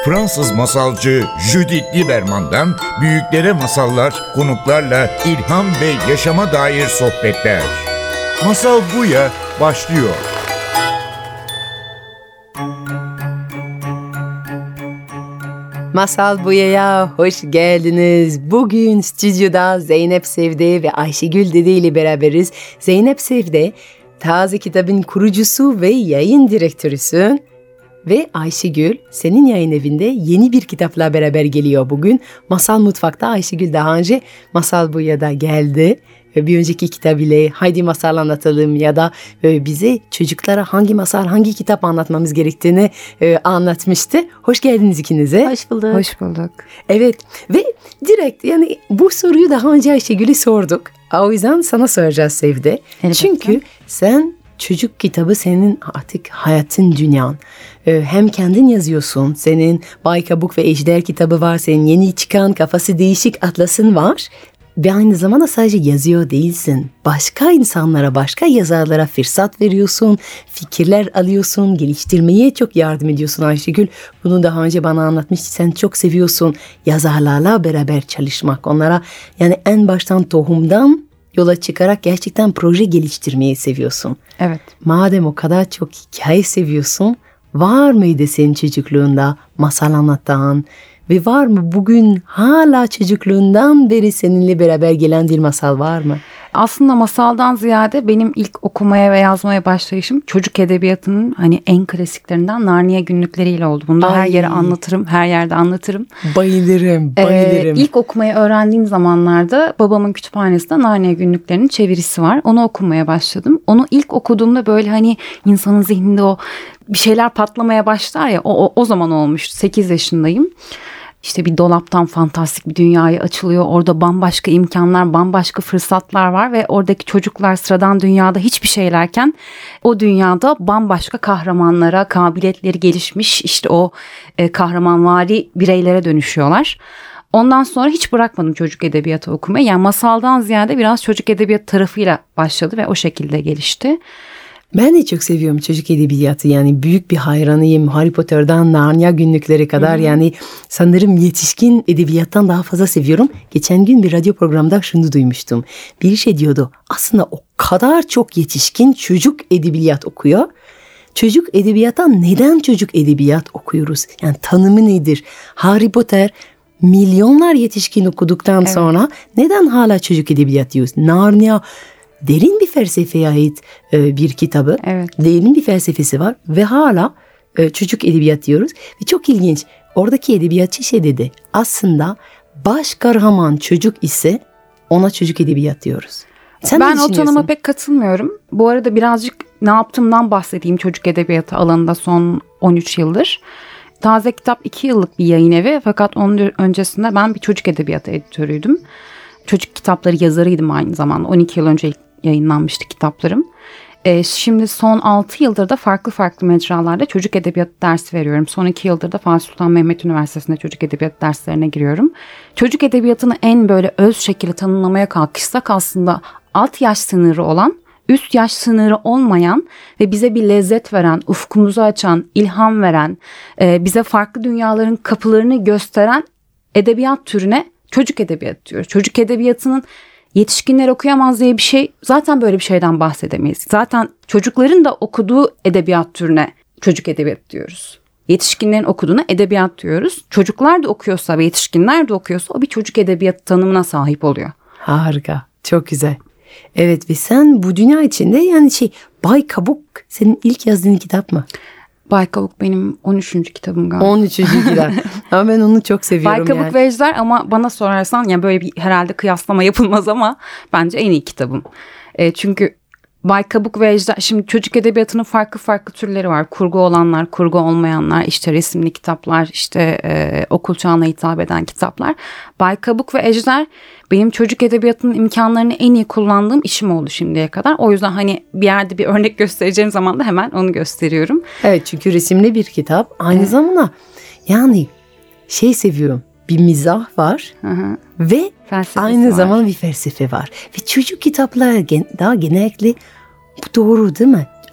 Fransız masalcı Judith Lieberman'dan büyüklere masallar, konuklarla ilham ve yaşama dair sohbetler. Masal Buya başlıyor. Masal Buya'ya hoş geldiniz. Bugün stüdyoda Zeynep Sevde ve Ayşegül Dede ile beraberiz. Zeynep Sevde, Taze Kitab'ın kurucusu ve yayın direktörüsün. Ve Ayşegül, senin yayın evinde yeni bir kitapla beraber geliyor bugün. Masal Mutfak'ta Ayşegül daha önce Masal Buya'da geldi. Bir önceki kitap ile haydi masal anlatalım ya da bize çocuklara hangi masal, hangi kitap anlatmamız gerektiğini anlatmıştı. Hoş geldiniz ikinize. Hoş bulduk. Hoş bulduk. Evet ve direkt yani bu soruyu daha önce Ayşegül'e sorduk. O yüzden sana soracağız Sevde. Elbette. Çünkü sen çocuk kitabı senin artık hayatın, dünyan. Hem kendin yazıyorsun, senin Bay Kabuk ve Ejder kitabı var, senin yeni çıkan Kafası Değişik Atlas'ın var. Ve aynı zamanda sadece yazıyor değilsin. Başka insanlara, başka yazarlara fırsat veriyorsun, fikirler alıyorsun, geliştirmeye çok yardım ediyorsun Ayşegül. Bunu daha önce bana anlatmıştı. Sen çok seviyorsun yazarlarla beraber çalışmak. Onlara yani en baştan tohumdan yola çıkarak gerçekten proje geliştirmeyi seviyorsun. Evet. Madem o kadar çok hikaye seviyorsun, var mıydı senin çocukluğunda masal anlatan ve var mı bugün hala çocukluğundan beri seninle beraber gelen bir masal var mı? Aslında masaldan ziyade benim ilk okumaya ve yazmaya başlayışım çocuk edebiyatının hani en klasiklerinden Narnia günlükleriyle oldu. Bunu da her yere anlatırım, her yerde anlatırım. Bayılırım. İlk okumayı öğrendiğim zamanlarda babamın kütüphanesinde Narnia günlüklerinin çevirisi var. Onu okumaya başladım. Onu ilk okuduğumda böyle hani insanın zihninde o bir şeyler patlamaya başlar ya o zaman olmuştu. 8 yaşındayım. İşte bir dolaptan fantastik bir dünyaya açılıyor. Orada bambaşka imkanlar, bambaşka fırsatlar var ve oradaki çocuklar sıradan dünyada hiçbir şeylerken o dünyada bambaşka kahramanlara, kabiliyetleri gelişmiş işte o kahramanvari bireylere dönüşüyorlar. Ondan sonra hiç bırakmadım çocuk edebiyatı okumayı. Yani masaldan ziyade biraz çocuk edebiyatı tarafıyla başladı ve o şekilde gelişti. Ben de çok seviyorum çocuk edebiyatı, yani büyük bir hayranıyım. Harry Potter'dan Narnia günlükleri kadar yani sanırım yetişkin edebiyattan daha fazla seviyorum. Geçen gün bir radyo programında şunu duymuştum. Bir şey diyordu, aslında o kadar çok yetişkin çocuk edebiyat okuyor. Çocuk edebiyattan neden çocuk edebiyat okuyoruz? Yani tanımı nedir? Harry Potter milyonlar yetişkin okuduktan sonra neden hala çocuk edebiyat diyoruz? Narnia derin bir felsefeye ait bir kitabı. Evet. Derin bir felsefesi var ve hala çocuk edebiyat diyoruz. Ve çok ilginç. Oradaki edebiyatçı şey dedi. Aslında baş kahraman çocuk ise ona çocuk edebiyat diyoruz. Sen ben o tanıma pek katılmıyorum. Bu arada birazcık ne yaptığımdan bahsedeyim çocuk edebiyatı alanında son 13 yıldır. Taze Kitap 2 yıllık bir yayın evi fakat onun öncesinde ben bir çocuk edebiyatı editörüydüm. Çocuk kitapları yazarıydım aynı zamanda. 12 yıl önce yayınlanmıştı kitaplarım. Şimdi son 6 yıldır da farklı mecralarda çocuk edebiyatı dersi veriyorum. Son 2 yıldır da Fatih Sultan Mehmet Üniversitesi'nde çocuk edebiyatı derslerine giriyorum. Çocuk edebiyatını en böyle öz şekilde tanımlamaya kalkışsak aslında alt yaş sınırı olan, üst yaş sınırı olmayan ve bize bir lezzet veren, ufkumuzu açan, ilham veren, bize farklı dünyaların kapılarını gösteren edebiyat türüne çocuk edebiyatı diyoruz. Çocuk edebiyatının yetişkinler okuyamaz diye bir şey, zaten böyle bir şeyden bahsedemeyiz. Zaten çocukların da okuduğu edebiyat türüne çocuk edebiyatı diyoruz. Yetişkinlerin okuduğuna edebiyat diyoruz. Çocuklar da okuyorsa ve yetişkinler de okuyorsa o bir çocuk edebiyatı tanımına sahip oluyor. Harika, çok güzel. Evet ve sen bu dünya içinde yani Bay Kabuk senin ilk yazdığın kitap mı? Bay Kabuk benim 13. kitabım galiba. 13. kitap. Ama ben onu çok seviyorum. Bay Kabuk ve Ejder, ama bana sorarsan yani böyle bir herhalde kıyaslama yapılmaz ama bence en iyi kitabım. Çünkü Bay Kabuk ve Ejder, şimdi çocuk edebiyatının farklı türleri var. Kurgu olanlar, kurgu olmayanlar, işte resimli kitaplar, işte okul çağına hitap eden kitaplar. Bay Kabuk ve Ejder benim çocuk edebiyatının imkanlarını en iyi kullandığım işim oldu şimdiye kadar. O yüzden hani bir yerde bir örnek göstereceğim zaman da hemen onu gösteriyorum. Evet, çünkü resimli bir kitap. Aynı zamanda yani seviyorum. Bir mizah var ve felsefesi aynı var. zamanda bir felsefe var. Ve çocuk kitaplar daha genellikle bu doğru değil mi?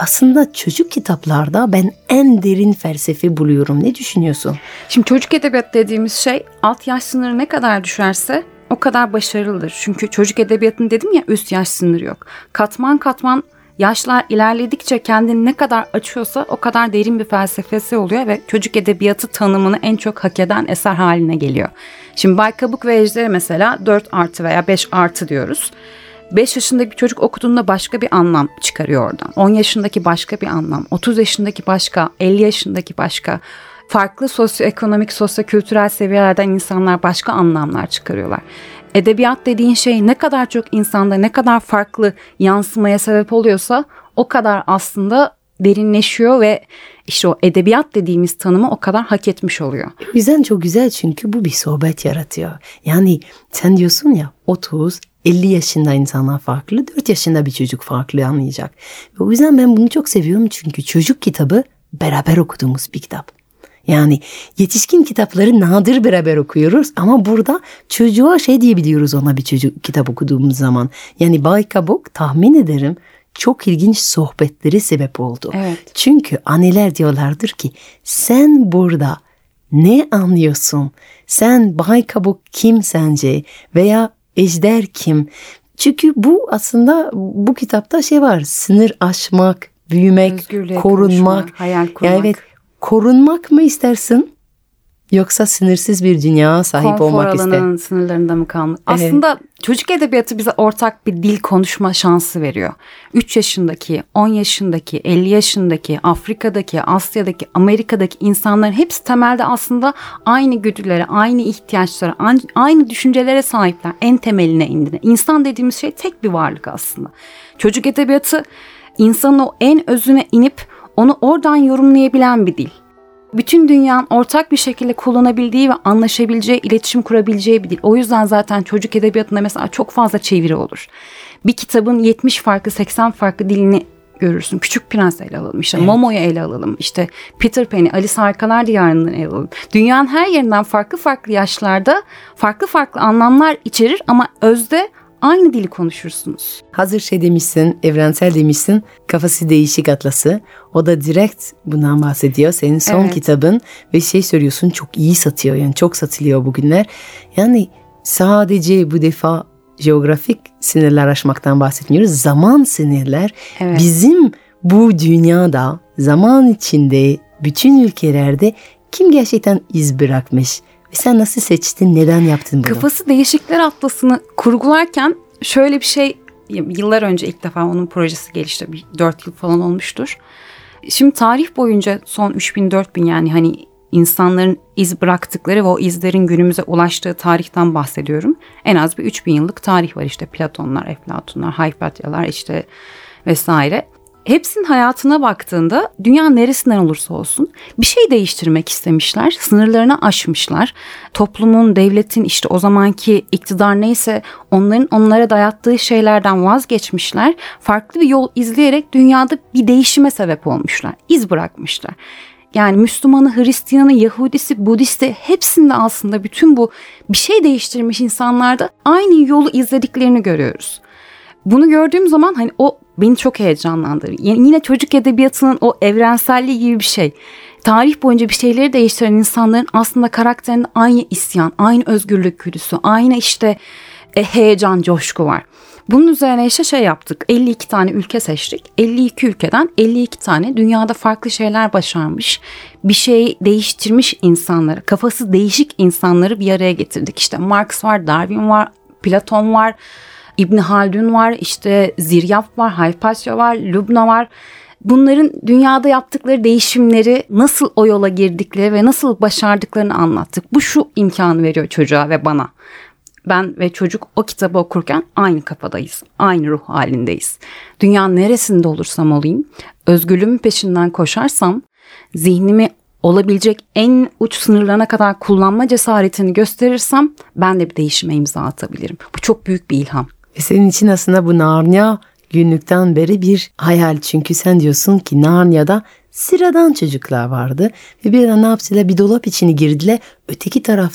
aslında çocuk kitaplarda ben en derin felsefe buluyorum. Ne düşünüyorsun? Şimdi çocuk edebiyatı dediğimiz şey alt yaş sınırı ne kadar düşerse o kadar başarılıdır. Çünkü çocuk edebiyatını dedim ya, üst yaş sınırı yok. Katman katman yaşlar ilerledikçe kendini ne kadar açıyorsa o kadar derin bir felsefesi oluyor ve çocuk edebiyatı tanımını en çok hak eden eser haline geliyor. Şimdi Baykabuk ve Ejder'e mesela 4+ veya 5+ diyoruz. 5 yaşındaki bir çocuk okuduğunda başka bir anlam çıkarıyor oradan. 10 yaşındaki başka bir anlam, 30 yaşındaki başka, 50 yaşındaki başka. Farklı sosyoekonomik, sosyokültürel seviyelerden insanlar başka anlamlar çıkarıyorlar. Edebiyat dediğin şey ne kadar çok insanda ne kadar farklı yansımaya sebep oluyorsa o kadar aslında derinleşiyor ve işte o edebiyat dediğimiz tanımı o kadar hak etmiş oluyor. O yüzden çok güzel, çünkü bu bir sohbet yaratıyor. Yani sen diyorsun ya, 30-50 yaşında insanlar farklı, 4 yaşında bir çocuk farklı anlayacak. Ve o yüzden ben bunu çok seviyorum, çünkü çocuk kitabı beraber okuduğumuz bir kitap. Yani yetişkin kitapları nadir beraber okuyoruz ama burada çocuğa şey diyebiliyoruz ona bir çocuk kitap okuduğumuz zaman. Yani Baykabuk tahmin ederim çok ilginç sohbetleri sebep oldu. Evet. Çünkü anneler diyorlardır ki sen burada ne anlıyorsun? Sen Baykabuk kim sence? Veya Ejder kim? Çünkü bu aslında bu kitapta şey var, sınır aşmak, büyümek, Özgürlüğe korunmak. kavuşmak, hayal kurmak. Yani evet, korunmak mı istersin? Yoksa sınırsız bir dünya sahip olmak ister. Konfor alanının sınırlarında mı kalmak? Evet. Aslında çocuk edebiyatı bize ortak bir dil konuşma şansı veriyor. 3 yaşındaki, 10 yaşındaki, 50 yaşındaki, Afrika'daki, Asya'daki, Amerika'daki insanların hepsi temelde aslında aynı güdülere, aynı ihtiyaçlara, aynı düşüncelere sahipler. En temeline indiğinde. İnsan dediğimiz şey tek bir varlık aslında. Çocuk edebiyatı insanın o en özüne inip onu oradan yorumlayabilen bir dil. Bütün dünyanın ortak bir şekilde kullanabildiği ve anlaşabileceği, iletişim kurabileceği bir dil. O yüzden zaten çocuk edebiyatında mesela çok fazla çeviri olur. Bir kitabın 70 farklı, 80 farklı dilini görürsün. Küçük Prens ele alalım, işte evet. Momo'yu ele alalım, işte Peter Pan'i, Alice Harikalar Diyarı'nı ele alalım. Dünyanın her yerinden farklı farklı yaşlarda farklı farklı anlamlar içerir ama özde aynı dili konuşursunuz. Hazır şey demişsin, evrensel demişsin, Kafası Değişik Atlası. O da direkt bundan bahsediyor. Senin son kitabın ve şey söylüyorsun, çok iyi satıyor. Yani çok satılıyor bugünler. Yani sadece bu defa jeografik sınırlar aşmaktan bahsetmiyoruz. Zaman sınırlar. Evet. Bizim bu dünyada, zaman içinde, bütün ülkelerde kim gerçekten iz bırakmış? Ve sen nasıl seçtin, neden yaptın bunu? Kafası Değişikler Atlası'nı kurgularken şöyle bir şey, yıllar önce ilk defa onun projesi gelişti. 4 yıl falan olmuştur. Şimdi tarih boyunca son 3000-4000 yani hani insanların iz bıraktıkları ve o izlerin günümüze ulaştığı tarihten bahsediyorum. En az bir 3000 yıllık tarih var, işte Platonlar, Eflatunlar, Haypatyalar işte vesaire. Hepsinin hayatına baktığında dünya neresinden olursa olsun bir şey değiştirmek istemişler. Sınırlarını aşmışlar. Toplumun, devletin işte o zamanki iktidar neyse onların onlara dayattığı şeylerden vazgeçmişler. Farklı bir yol izleyerek dünyada bir değişime sebep olmuşlar. İz bırakmışlar. Yani Müslümanı, Hristiyanı, Yahudisi, Budisti hepsinde aslında bütün bu bir şey değiştirmiş insanlarda aynı yolu izlediklerini görüyoruz. Bunu gördüğüm zaman hani o beni çok heyecanlandırır. Yine çocuk edebiyatının o evrenselliği gibi bir şey. Tarih boyunca bir şeyleri değiştiren insanların aslında karakterinde aynı isyan, aynı özgürlük güdüsü, aynı işte heyecan, coşku var. Bunun üzerine işte şey yaptık. 52 tane ülke seçtik. 52 ülkeden 52 tane dünyada farklı şeyler başarmış, bir şey değiştirmiş insanları, kafası değişik insanları bir araya getirdik. İşte Marx var, Darwin var, Platon var, İbn Haldun var, işte Ziryaf var, Haypatya var, Lubna var. Bunların dünyada yaptıkları değişimleri, nasıl o yola girdikleri ve nasıl başardıklarını anlattık. Bu şu imkanı veriyor çocuğa ve bana. Ben ve çocuk o kitabı okurken aynı kafadayız, aynı ruh halindeyiz. Dünyanın neresinde olursam olayım, özgürlüğümün peşinden koşarsam, zihnimi olabilecek en uç sınırlarına kadar kullanma cesaretini gösterirsem ben de bir değişime imza atabilirim. Bu çok büyük bir ilham. Ve senin için aslında bu Narnia günlükten beri bir hayal. Çünkü sen diyorsun ki Narnia'da sıradan çocuklar vardı. Ve bir ara ne yaptılar? Bir dolap içine girdiler. Öteki tarafta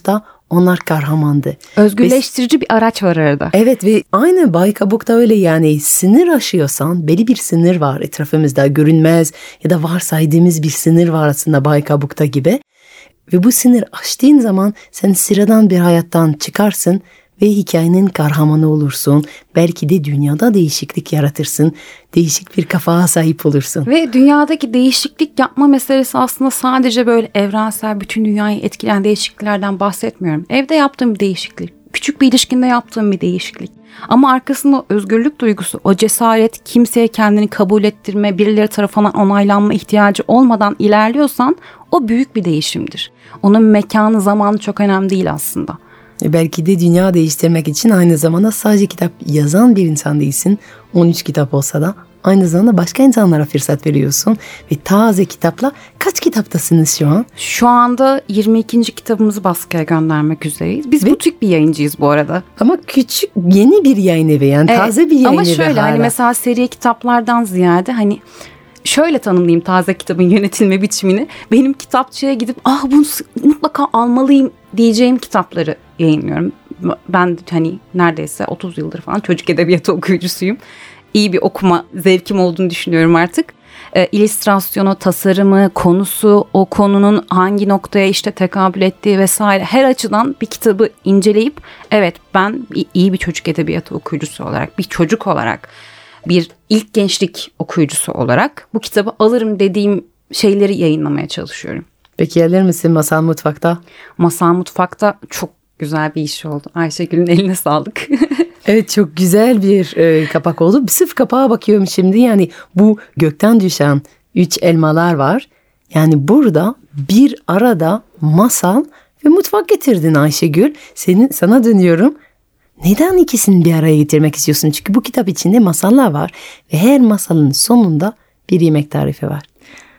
onlar kahramandı. Özgürleştirici bir araç var arada. Evet ve aynı Bay Kabuk'ta öyle yani sınır aşıyorsan belli bir sınır var etrafımızda görünmez ya da varsaydığımız bir sınır var aslında Bay Kabuk'ta gibi. Ve bu sınır aştığın zaman sen sıradan bir hayattan çıkarsın ve hikayenin kahramanı olursun. Belki de dünyada değişiklik yaratırsın. Değişik bir kafaya sahip olursun. Ve dünyadaki değişiklik yapma meselesi aslında sadece böyle evrensel bütün dünyayı etkileyen değişikliklerden bahsetmiyorum. Evde yaptığım bir değişiklik, küçük bir ilişkinde yaptığım bir değişiklik. Ama arkasında o özgürlük duygusu, o cesaret, kimseye kendini kabul ettirme, birileri tarafından onaylanma ihtiyacı olmadan ilerliyorsan o büyük bir değişimdir. Onun mekanı, zamanı çok önemli değil aslında. Belki de dünya değiştirmek için aynı zamanda sadece kitap yazan bir insan değilsin. 13 kitap olsa da aynı zamanda başka insanlara fırsat veriyorsun. Ve taze kitapla kaç kitaptasınız şu an? Şu anda 22. kitabımızı baskıya göndermek üzereyiz. Biz butik bir yayıncıyız bu arada. Ama küçük, yeni bir yayın evi yani taze bir yayın evi. Ama şöyle hani mesela seri kitaplardan ziyade hani şöyle tanımlayayım taze kitabın yönetilme biçimini. Benim kitapçıya gidip bunu mutlaka almalıyım diyeceğim kitapları yayınlıyorum. Ben hani neredeyse 30 yıldır falan çocuk edebiyatı okuyucusuyum. İyi bir okuma zevkim olduğunu düşünüyorum artık. İllüstrasyonu, tasarımı, konusu, o konunun hangi noktaya işte tekabül ettiği vesaire her açıdan bir kitabı inceleyip evet ben iyi bir çocuk edebiyatı okuyucusu olarak, bir çocuk olarak, bir ilk gençlik okuyucusu olarak bu kitabı alırım dediğim şeyleri yayınlamaya çalışıyorum. Peki gelir misin Masal Mutfak'ta? Masal Mutfak'ta çok güzel bir iş oldu. Ayşegül'ün eline sağlık. Evet çok güzel bir kapak oldu. Sırf kapağa bakıyorum şimdi yani bu gökten düşen 3 elmalar var. Yani burada bir arada masal ve mutfak getirdin Ayşegül. Sana dönüyorum. Neden ikisini bir araya getirmek istiyorsun? Çünkü bu kitap içinde masallar var ve her masalın sonunda bir yemek tarifi var.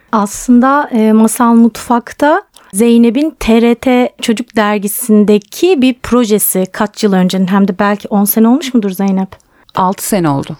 Aslında Masal Mutfak'ta Zeynep'in TRT Çocuk Dergisi'ndeki bir projesi kaç yıl öncenin hem de belki 10 sene olmuş mudur Zeynep? 6 sene oldu.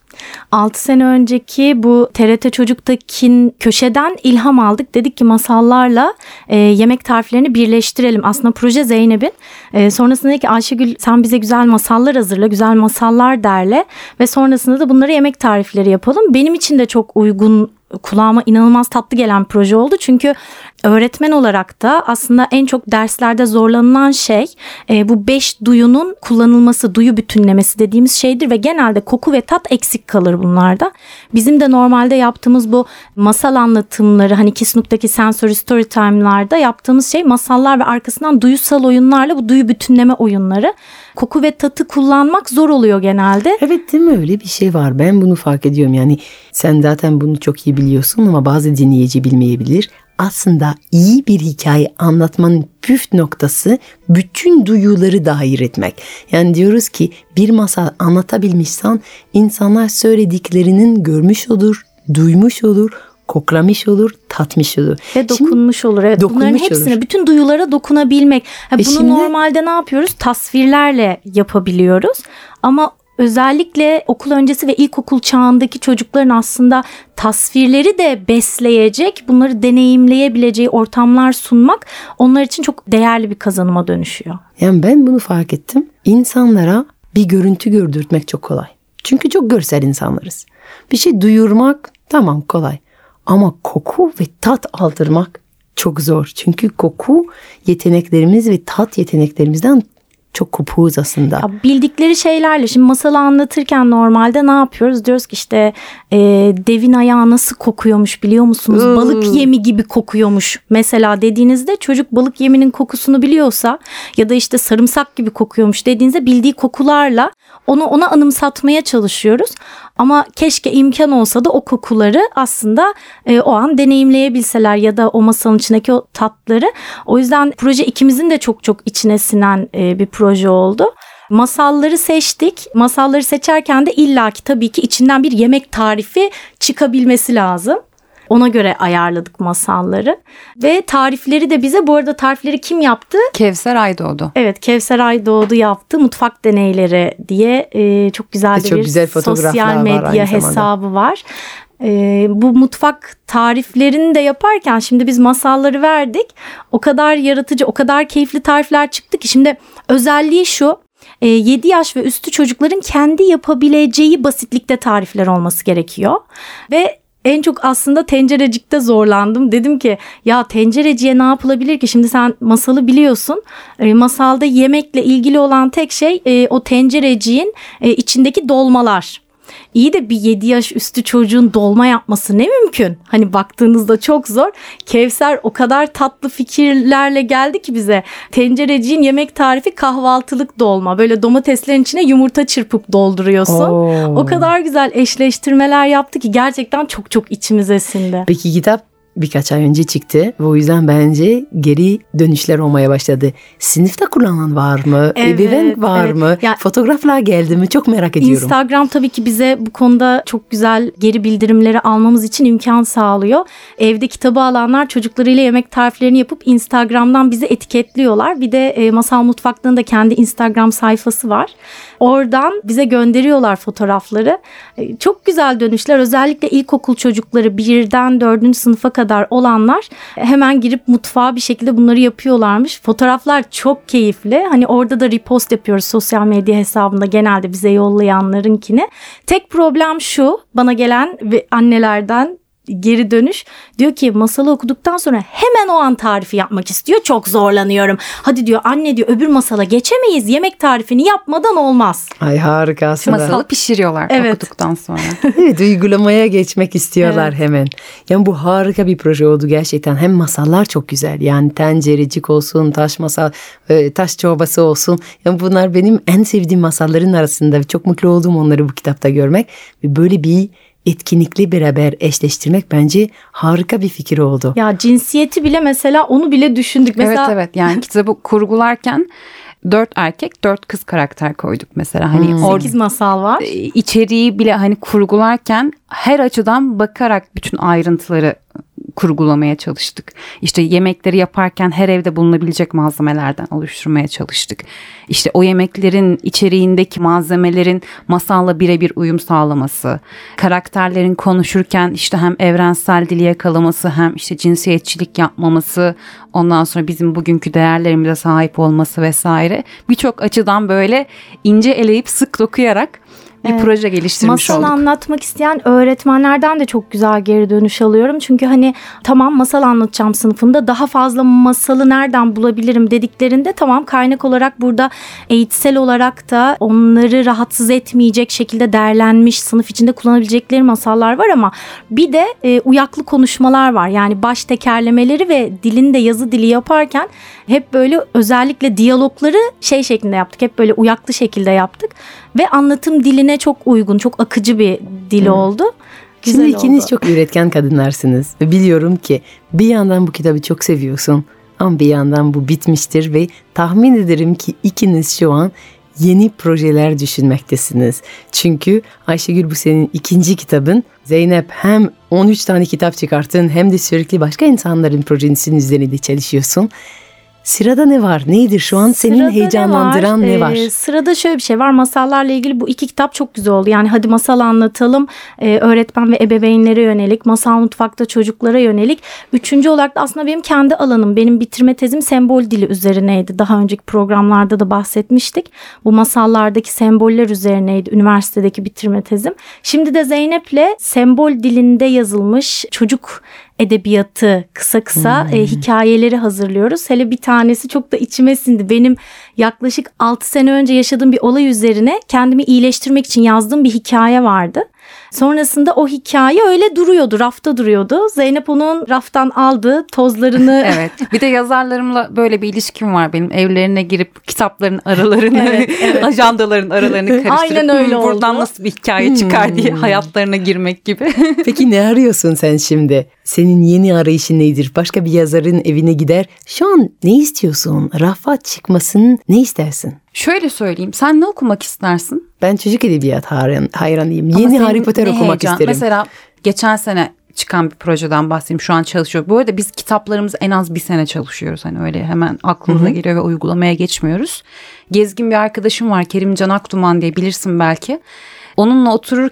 6 sene önceki bu TRT Çocuk'taki köşeden ilham aldık. Dedik ki masallarla yemek tariflerini birleştirelim. Aslında proje Zeynep'in. Sonrasında dedik ki Ayşegül sen bize güzel masallar hazırla, güzel masallar derle ve sonrasında da bunları yemek tarifleri yapalım. Benim için de çok uygun, kulağıma inanılmaz tatlı gelen bir proje oldu. Çünkü öğretmen olarak da aslında en çok derslerde zorlanılan şey bu 5 duyunun kullanılması, duyu bütünlemesi dediğimiz şeydir ve genelde koku ve tat eksik kalır bunlarda. Bizim de normalde yaptığımız bu masal anlatımları hani Kisnuk'taki Sensory Storytime'larda yaptığımız şey masallar ve arkasından duyusal oyunlarla bu duyu bütünleme oyunları. Koku ve tatı kullanmak zor oluyor genelde. Evet değil mi öyle bir şey var ben bunu fark ediyorum yani sen zaten bunu çok iyi biliyorsun ama bazı dinleyici bilmeyebilir. Aslında iyi bir hikaye anlatmanın püf noktası bütün duyuları dahil etmek. Yani diyoruz ki bir masal anlatabilmişsen insanlar söylediklerinin görmüş olur, duymuş olur, koklamış olur, tatmış olur. Ve dokunmuş olur. Evet. Bunların hepsine, bütün duyulara dokunabilmek. Bunu şimdi, normalde ne yapıyoruz? Tasvirlerle yapabiliyoruz. Ama özellikle okul öncesi ve ilkokul çağındaki çocukların aslında tasvirleri de besleyecek, bunları deneyimleyebileceği ortamlar sunmak onlar için çok değerli bir kazanıma dönüşüyor. Yani ben bunu fark ettim. İnsanlara bir görüntü gördürtmek çok kolay. Çünkü çok görsel insanlarız. Bir şey duyurmak tamam kolay. Ama koku ve tat aldırmak çok zor. Çünkü koku yeteneklerimiz ve tat yeteneklerimizden çok kopuğuz aslında. Ya bildikleri şeylerle şimdi masalı anlatırken normalde ne yapıyoruz? Diyoruz ki işte devin ayağı nasıl kokuyormuş biliyor musunuz? Balık yemi gibi kokuyormuş. Mesela dediğinizde çocuk balık yeminin kokusunu biliyorsa ya da işte sarımsak gibi kokuyormuş dediğinizde bildiği kokularla ona anımsatmaya çalışıyoruz. Ama keşke imkan olsa da o kokuları aslında o an deneyimleyebilseler ya da o masanın içindeki o tatları. O yüzden proje ikimizin de çok çok içine sinen bir proje oldu. Masalları seçtik. Masalları seçerken de illaki tabii ki içinden bir yemek tarifi çıkabilmesi lazım. Ona göre ayarladık masalları. Ve tarifleri de bize, bu arada tarifleri kim yaptı? Kevser Aydoğdu. Evet, Kevser Aydoğdu yaptı. Mutfak deneyleri diye çok güzel de bir güzel sosyal medya hesabı var. Bu mutfak tariflerini de yaparken şimdi biz masalları verdik. O kadar yaratıcı, o kadar keyifli tarifler çıktı ki şimdi özelliği şu. 7 yaş ve üstü çocukların kendi yapabileceği basitlikte tarifler olması gerekiyor. Ve en çok aslında tencerecikte zorlandım. Dedim ki ya tencereciye ne yapılabilir ki? Şimdi sen masalı biliyorsun. Masalda yemekle ilgili olan tek şey o tencereciğin içindeki dolmalar. İyi de bir 7 yaş üstü çocuğun dolma yapması ne mümkün? Hani baktığınızda çok zor. Kevser o kadar tatlı fikirlerle geldi ki bize. Tencereciğin yemek tarifi kahvaltılık dolma. Böyle domateslerin içine yumurta çırpıp dolduruyorsun. O kadar güzel eşleştirmeler yaptı ki gerçekten çok çok içimize sindi. Peki kitap birkaç ay önce çıktı ve o yüzden bence geri dönüşler olmaya başladı. Sınıfta kullanan var mı? Evet, Ebeveyn var mı? Ya, fotoğraflar geldi mi? Çok merak ediyorum. Instagram tabii ki bize bu konuda çok güzel geri bildirimleri almamız için imkan sağlıyor. Evde kitabı alanlar çocuklarıyla yemek tariflerini yapıp Instagram'dan bizi etiketliyorlar. Bir de Masal Mutfak'ın da kendi Instagram sayfası var. Oradan bize gönderiyorlar fotoğrafları. Çok güzel dönüşler. Özellikle ilkokul çocukları 1'den 4. sınıfa kadar olanlar hemen girip mutfağa bir şekilde bunları yapıyorlarmış. Fotoğraflar çok keyifli. Hani orada da repost yapıyoruz sosyal medya hesabında genelde bize yollayanlarınkini. Tek problem şu, bana gelen ve annelerden geri dönüş diyor ki masalı okuduktan sonra hemen o an tarifi yapmak istiyor. Çok zorlanıyorum. Hadi diyor anne diyor öbür masala geçemeyiz. Yemek tarifini yapmadan olmaz. Ay harika aslında. Masalı pişiriyorlar okuduktan sonra. Evet, uygulamaya geçmek istiyorlar hemen. Yani bu harika bir proje oldu gerçekten. Hem masallar çok güzel. Yani tencerecik olsun, taş masal, taş çorbası olsun. Yani bunlar benim en sevdiğim masalların arasında. Çok mutlu oldum onları bu kitapta görmek. Ve böyle bir etkinlikle beraber eşleştirmek bence harika bir fikir oldu. Ya cinsiyeti bile mesela onu bile düşündük. Mesela... Evet yani kitabı kurgularken 4 erkek 4 kız karakter koyduk mesela. Hani 8 masal var. İçeriği bile hani kurgularken her açıdan bakarak bütün ayrıntıları kurgulamaya çalıştık. İşte yemekleri yaparken her evde bulunabilecek malzemelerden oluşturmaya çalıştık. İşte o yemeklerin içeriğindeki malzemelerin masalla birebir uyum sağlaması, karakterlerin konuşurken işte hem evrensel dili yakalaması hem işte cinsiyetçilik yapmaması, ondan sonra bizim bugünkü değerlerimize sahip olması vesaire. Birçok açıdan böyle ince eleyip sık dokuyarak bir proje geliştirmiş olduk. Masal anlatmak isteyen öğretmenlerden de çok güzel geri dönüş alıyorum. Çünkü hani tamam masal anlatacağım sınıfında, daha fazla masalı nereden bulabilirim dediklerinde tamam, kaynak olarak burada eğitsel olarak da onları rahatsız etmeyecek şekilde derlenmiş sınıf içinde kullanabilecekleri masallar var ama bir de uyaklı konuşmalar var. Yani baş tekerlemeleri ve dilinde yazı dili yaparken hep böyle özellikle diyalogları şey şeklinde yaptık. Hep böyle uyaklı şekilde yaptık ve anlatım diline çok uygun, çok akıcı bir dil oldu. Güzel Şimdi ikiniz oldu. çok üretken kadınlarsınız ve biliyorum ki bir yandan bu kitabı çok seviyorsun ama bir yandan bu bitmiştir ve tahmin ederim ki ikiniz şu an yeni projeler düşünmektesiniz. Çünkü Ayşegül, bu senin ikinci kitabın. Zeynep, hem 13 tane kitap çıkarttın hem de sürekli başka insanların projesinin üzerinde çalışıyorsun. Sırada ne var? Nedir şu an senin Sırada heyecanlandıran ne var? Sırada şöyle bir şey var. Masallarla ilgili bu 2 kitap çok güzel oldu. Yani hadi masal anlatalım. Öğretmen ve ebeveynlere yönelik. Masal Mutfak'ta çocuklara yönelik. 3. olarak da aslında benim kendi alanım. Benim bitirme tezim sembol dili üzerineydi. Daha önceki programlarda da bahsetmiştik. Bu masallardaki semboller üzerineydi üniversitedeki bitirme tezim. Şimdi de Zeynep'le sembol dilinde yazılmış çocuk edebiyatı kısa hikayeleri hazırlıyoruz. Hele bir tanesi çok da içime sindi. Benim yaklaşık 6 sene önce yaşadığım bir olay üzerine kendimi iyileştirmek için yazdığım bir hikaye vardı. Sonrasında o hikaye öyle duruyordu, rafta duruyordu. Zeynep onun raftan aldı, tozlarını... Evet, bir de yazarlarımla böyle bir ilişkim var benim. Evlerine girip kitapların aralarını, ajandaların aralarını karıştırıp aynen öyle buradan oldu. nasıl bir hikaye çıkar diye hayatlarına girmek gibi. Peki ne arıyorsun sen şimdi? Senin yeni arayışın nedir? Başka bir yazarın evine gider. Şu an ne istiyorsun? Rafa çıkmasını ne istersin? Şöyle söyleyeyim, sen ne okumak istersin? Ben çocuk edebiyat hayranıyım. Ama Yeni senin Harry Potter ne okumak heyecan? isterim. Mesela geçen sene çıkan bir projeden bahsedeyim. Şu an çalışıyor. Bu arada biz kitaplarımızı en az 1 sene çalışıyoruz. Hani öyle hemen aklımıza geliyor ve uygulamaya geçmiyoruz. Gezgin bir arkadaşım var, Kerim Can Akduman diye, bilirsin belki. Onunla otururken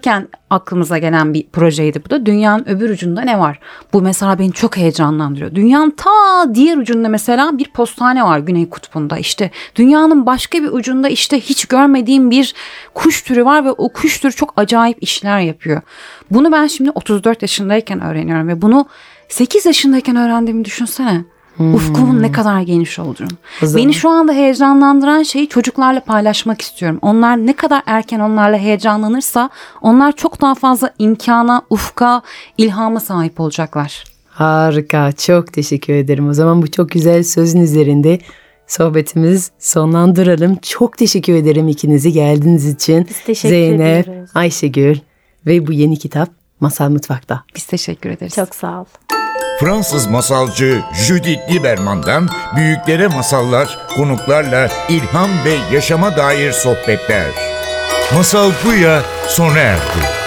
aklımıza gelen bir projeydi bu da. Dünyanın öbür ucunda ne var? Bu mesela beni çok heyecanlandırıyor. Dünyanın ta diğer ucunda mesela bir postane var Güney Kutbu'nda. İşte dünyanın başka bir ucunda işte hiç görmediğim bir kuş türü var ve o kuş türü çok acayip işler yapıyor. Bunu ben şimdi 34 yaşındayken öğreniyorum ve bunu 8 yaşındayken öğrendiğimi düşünsene. Ufkumun ne kadar geniş olduğunu. Beni şu anda heyecanlandıran şeyi çocuklarla paylaşmak istiyorum. Onlar ne kadar erken onlarla heyecanlanırsa onlar çok daha fazla imkana, ufka, ilhama sahip olacaklar. Harika, çok teşekkür ederim. O zaman bu çok güzel sözün üzerinde sohbetimiz sonlandıralım. Çok teşekkür ederim ikinizi geldiğiniz için. Biz teşekkür Zeynep, ediyoruz. Ayşegül ve bu yeni kitap Masal Mutfak'ta. Biz teşekkür ederiz. Çok sağ ol. Fransız masalcı Judith Lieberman'dan büyüklere masallar, konuklarla ilham ve yaşama dair sohbetler. Masal Buya sona erdi.